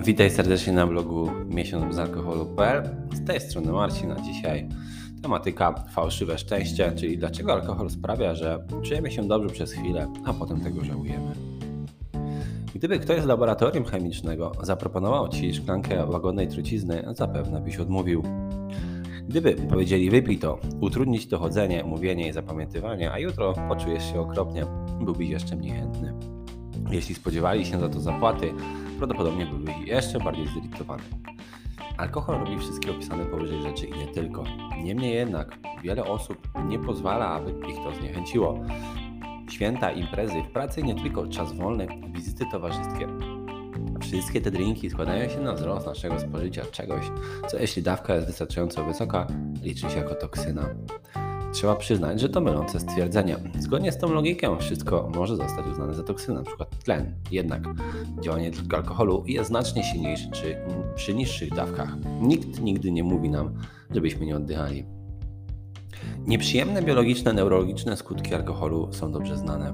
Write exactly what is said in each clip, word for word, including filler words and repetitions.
Witaj serdecznie na blogu miesiąc bez alkoholu kropka pe el. Z tej strony Marcin, a dzisiaj tematyka fałszywe szczęście, czyli dlaczego alkohol sprawia, że czujemy się dobrze przez chwilę, a potem tego żałujemy. Gdyby ktoś z laboratorium chemicznego zaproponował Ci szklankę łagodnej trucizny, zapewne byś odmówił. Gdyby powiedzieli wypij to, utrudnić dochodzenie, mówienie i zapamiętywanie, a jutro poczujesz się okropnie, byłbyś jeszcze mniej chętny. Jeśli spodziewali się za to zapłaty, prawdopodobnie byłbyś jeszcze bardziej zirytowany. Alkohol robi wszystkie opisane powyżej rzeczy i nie tylko. Niemniej jednak wiele osób nie pozwala, aby ich to zniechęciło. Święta, imprezy, w pracy nie tylko czas wolny, wizyty towarzyskie. Wszystkie te drinki składają się na wzrost naszego spożycia czegoś, co jeśli dawka jest wystarczająco wysoka, liczy się jako toksyna. Trzeba przyznać, że to mylące stwierdzenie. Zgodnie z tą logiką wszystko może zostać uznane za toksynę, np. tlen. Jednak działanie tylko alkoholu jest znacznie silniejsze czy przy niższych dawkach. Nikt nigdy nie mówi nam, żebyśmy nie oddychali. Nieprzyjemne biologiczne, neurologiczne skutki alkoholu są dobrze znane.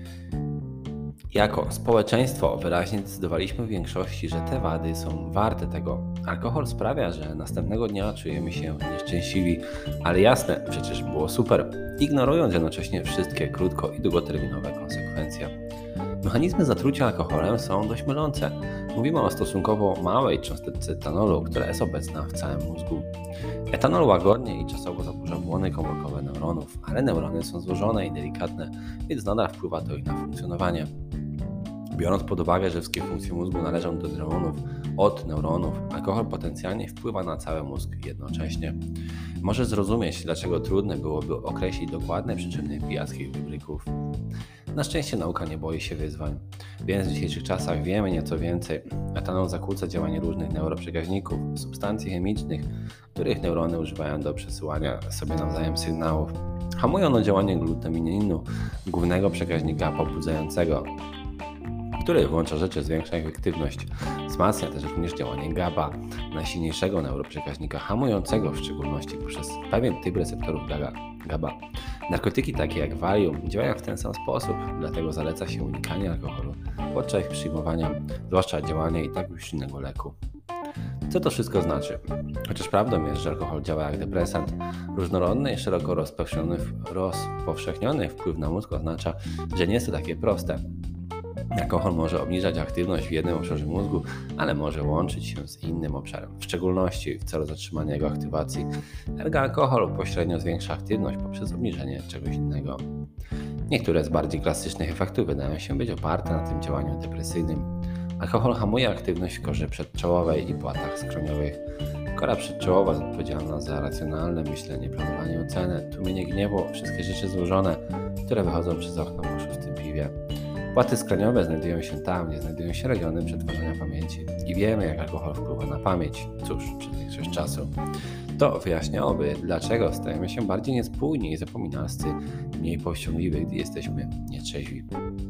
Jako społeczeństwo wyraźnie zdecydowaliśmy w większości, że te wady są warte tego. Alkohol sprawia, że następnego dnia czujemy się nieszczęśliwi, ale jasne, przecież było super, ignorując jednocześnie wszystkie krótko- i długoterminowe konsekwencje. Mechanizmy zatrucia alkoholem są dość mylące. Mówimy o stosunkowo małej cząsteczce etanolu, która jest obecna w całym mózgu. Etanol łagodnie i czasowo zaburza błony komórkowe neuronów, ale neurony są złożone i delikatne, więc nadal wpływa to ich na funkcjonowanie. Biorąc pod uwagę, że wszystkie funkcje mózgu należą do neuronów, od neuronów, alkohol potencjalnie wpływa na cały mózg jednocześnie. Możesz zrozumieć, dlaczego trudne byłoby określić dokładne przyczyny pijackich wybryków. Na szczęście nauka nie boi się wyzwań, więc w dzisiejszych czasach wiemy nieco więcej. Etanol zakłóca działanie różnych neuroprzekaźników, substancji chemicznych, których neurony używają do przesyłania sobie nawzajem sygnałów. Hamuje ono działanie glutamininu, głównego przekaźnika pobudzającego, który włącza rzeczy, zwiększa efektywność. Wzmacnia też również działanie GABA, najsilniejszego neuroprzekaźnika hamującego w szczególności poprzez pewien typ receptorów GABA. Narkotyki takie jak Valium działają w ten sam sposób, dlatego zaleca się unikanie alkoholu podczas ich przyjmowania, zwłaszcza działania i tak już innego leku. Co to wszystko znaczy? Chociaż prawdą jest, że alkohol działa jak depresant, różnorodny i szeroko rozpowszechniony, rozpowszechniony wpływ na mózg oznacza, że nie jest to takie proste. Alkohol może obniżać aktywność w jednym obszarze mózgu, ale może łączyć się z innym obszarem, w szczególności w celu zatrzymania jego aktywacji. Ergo alkohol pośrednio zwiększa aktywność poprzez obniżenie czegoś innego. Niektóre z bardziej klasycznych efektów wydają się być oparte na tym działaniu depresyjnym. Alkohol hamuje aktywność w korze przedczołowej i płatach skroniowych. Kora przedczołowa jest odpowiedzialna za racjonalne myślenie, planowanie, ocenę, tłumienie gniewu, wszystkie rzeczy złożone, które wychodzą przez okno po szóstym piwie. Płaty skroniowe znajdują się tam, gdzie znajdują się regiony przetwarzania pamięci. I wiemy, jak alkohol wpływa na pamięć. Cóż, przez większość czasu. To wyjaśniałoby, dlaczego stajemy się bardziej niespójni i zapominalscy, mniej powściągliwi, gdy jesteśmy nietrzeźwi.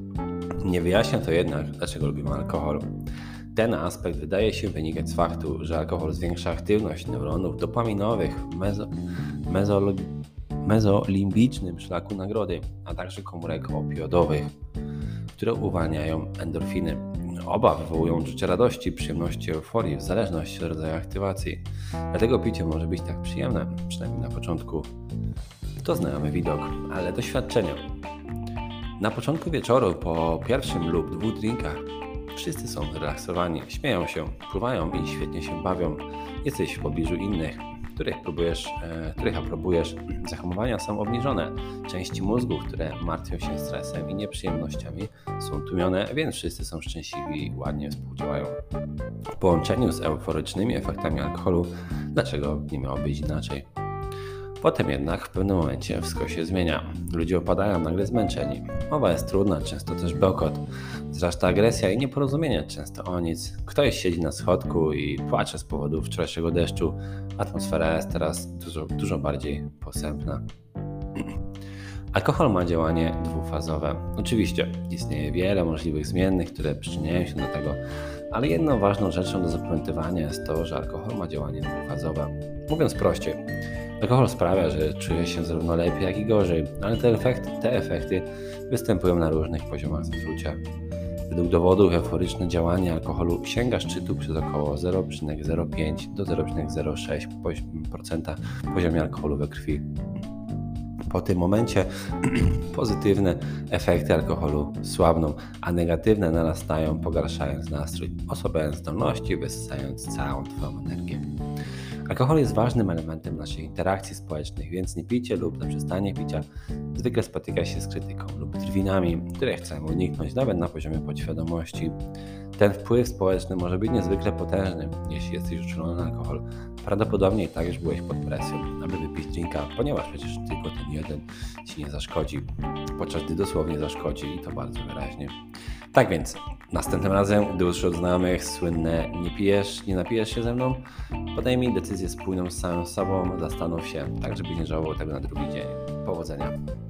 Nie wyjaśnia to jednak, dlaczego lubimy alkohol. Ten aspekt wydaje się wynikać z faktu, że alkohol zwiększa aktywność neuronów dopaminowych w mezo, mezolo, mezolimbicznym szlaku nagrody, a także komórek opioidowych, które uwalniają endorfiny. Oba wywołują uczucie radości, przyjemności, euforii w zależności od rodzaju aktywacji. Dlatego picie może być tak przyjemne, przynajmniej na początku. To znajomy widok, ale doświadczenia. Na początku wieczoru, po pierwszym lub dwóch drinkach, wszyscy są zrelaksowani, śmieją się, pływają i świetnie się bawią. Jesteś w pobliżu innych, których próbujesz, e, których aprobujesz. Zahamowania są obniżone. Części mózgu, które martwią się stresem i nieprzyjemnościami, są tłumione, więc wszyscy są szczęśliwi i ładnie współdziałają. W połączeniu z euforycznymi efektami alkoholu, dlaczego nie miało być inaczej? Potem jednak w pewnym momencie wszystko się zmienia. Ludzie opadają nagle zmęczeni. Mowa jest trudna, często też bełkot. Wzrasta agresja i nieporozumienie, często o nic. Ktoś siedzi na schodku i płacze z powodu wczorajszego deszczu. Atmosfera jest teraz dużo, dużo bardziej posępna. Alkohol ma działanie dwufazowe. Oczywiście istnieje wiele możliwych zmiennych, które przyczyniają się do tego, ale jedną ważną rzeczą do zapamiętywania jest to, że alkohol ma działanie dwufazowe. Mówiąc prościej, alkohol sprawia, że czuje się zarówno lepiej, jak i gorzej, ale te efekty, te efekty występują na różnych poziomach zatrucia. Według dowodów euforyczne działanie alkoholu sięga szczytu przez około zero przecinek zero pięć do zero przecinek zero sześć procent poziomie alkoholu we krwi. Po tym momencie pozytywne efekty alkoholu słabną, a negatywne narastają, pogarszając nastrój, osłabiając zdolności, wysysając całą Twoją energię. Alkohol jest ważnym elementem naszych interakcji społecznych, więc niepicie lub zaprzestanie picia zwykle spotyka się z krytyką lub drwinami, które chcemy uniknąć nawet na poziomie podświadomości. Ten wpływ społeczny może być niezwykle potężny, jeśli jesteś uczulony na alkohol. Prawdopodobnie i tak już byłeś pod presją, aby wypić drinka, ponieważ przecież tylko ten jeden Ci nie zaszkodzi, podczas gdy dosłownie zaszkodzi i to bardzo wyraźnie. Tak więc, następnym razem, gdy usłyszysz od znajomych słynne nie pijesz, nie napijesz się ze mną, podejmij decyzję spójną z samym sobą, zastanów się, tak żebyś nie żałował tego na drugi dzień. Powodzenia!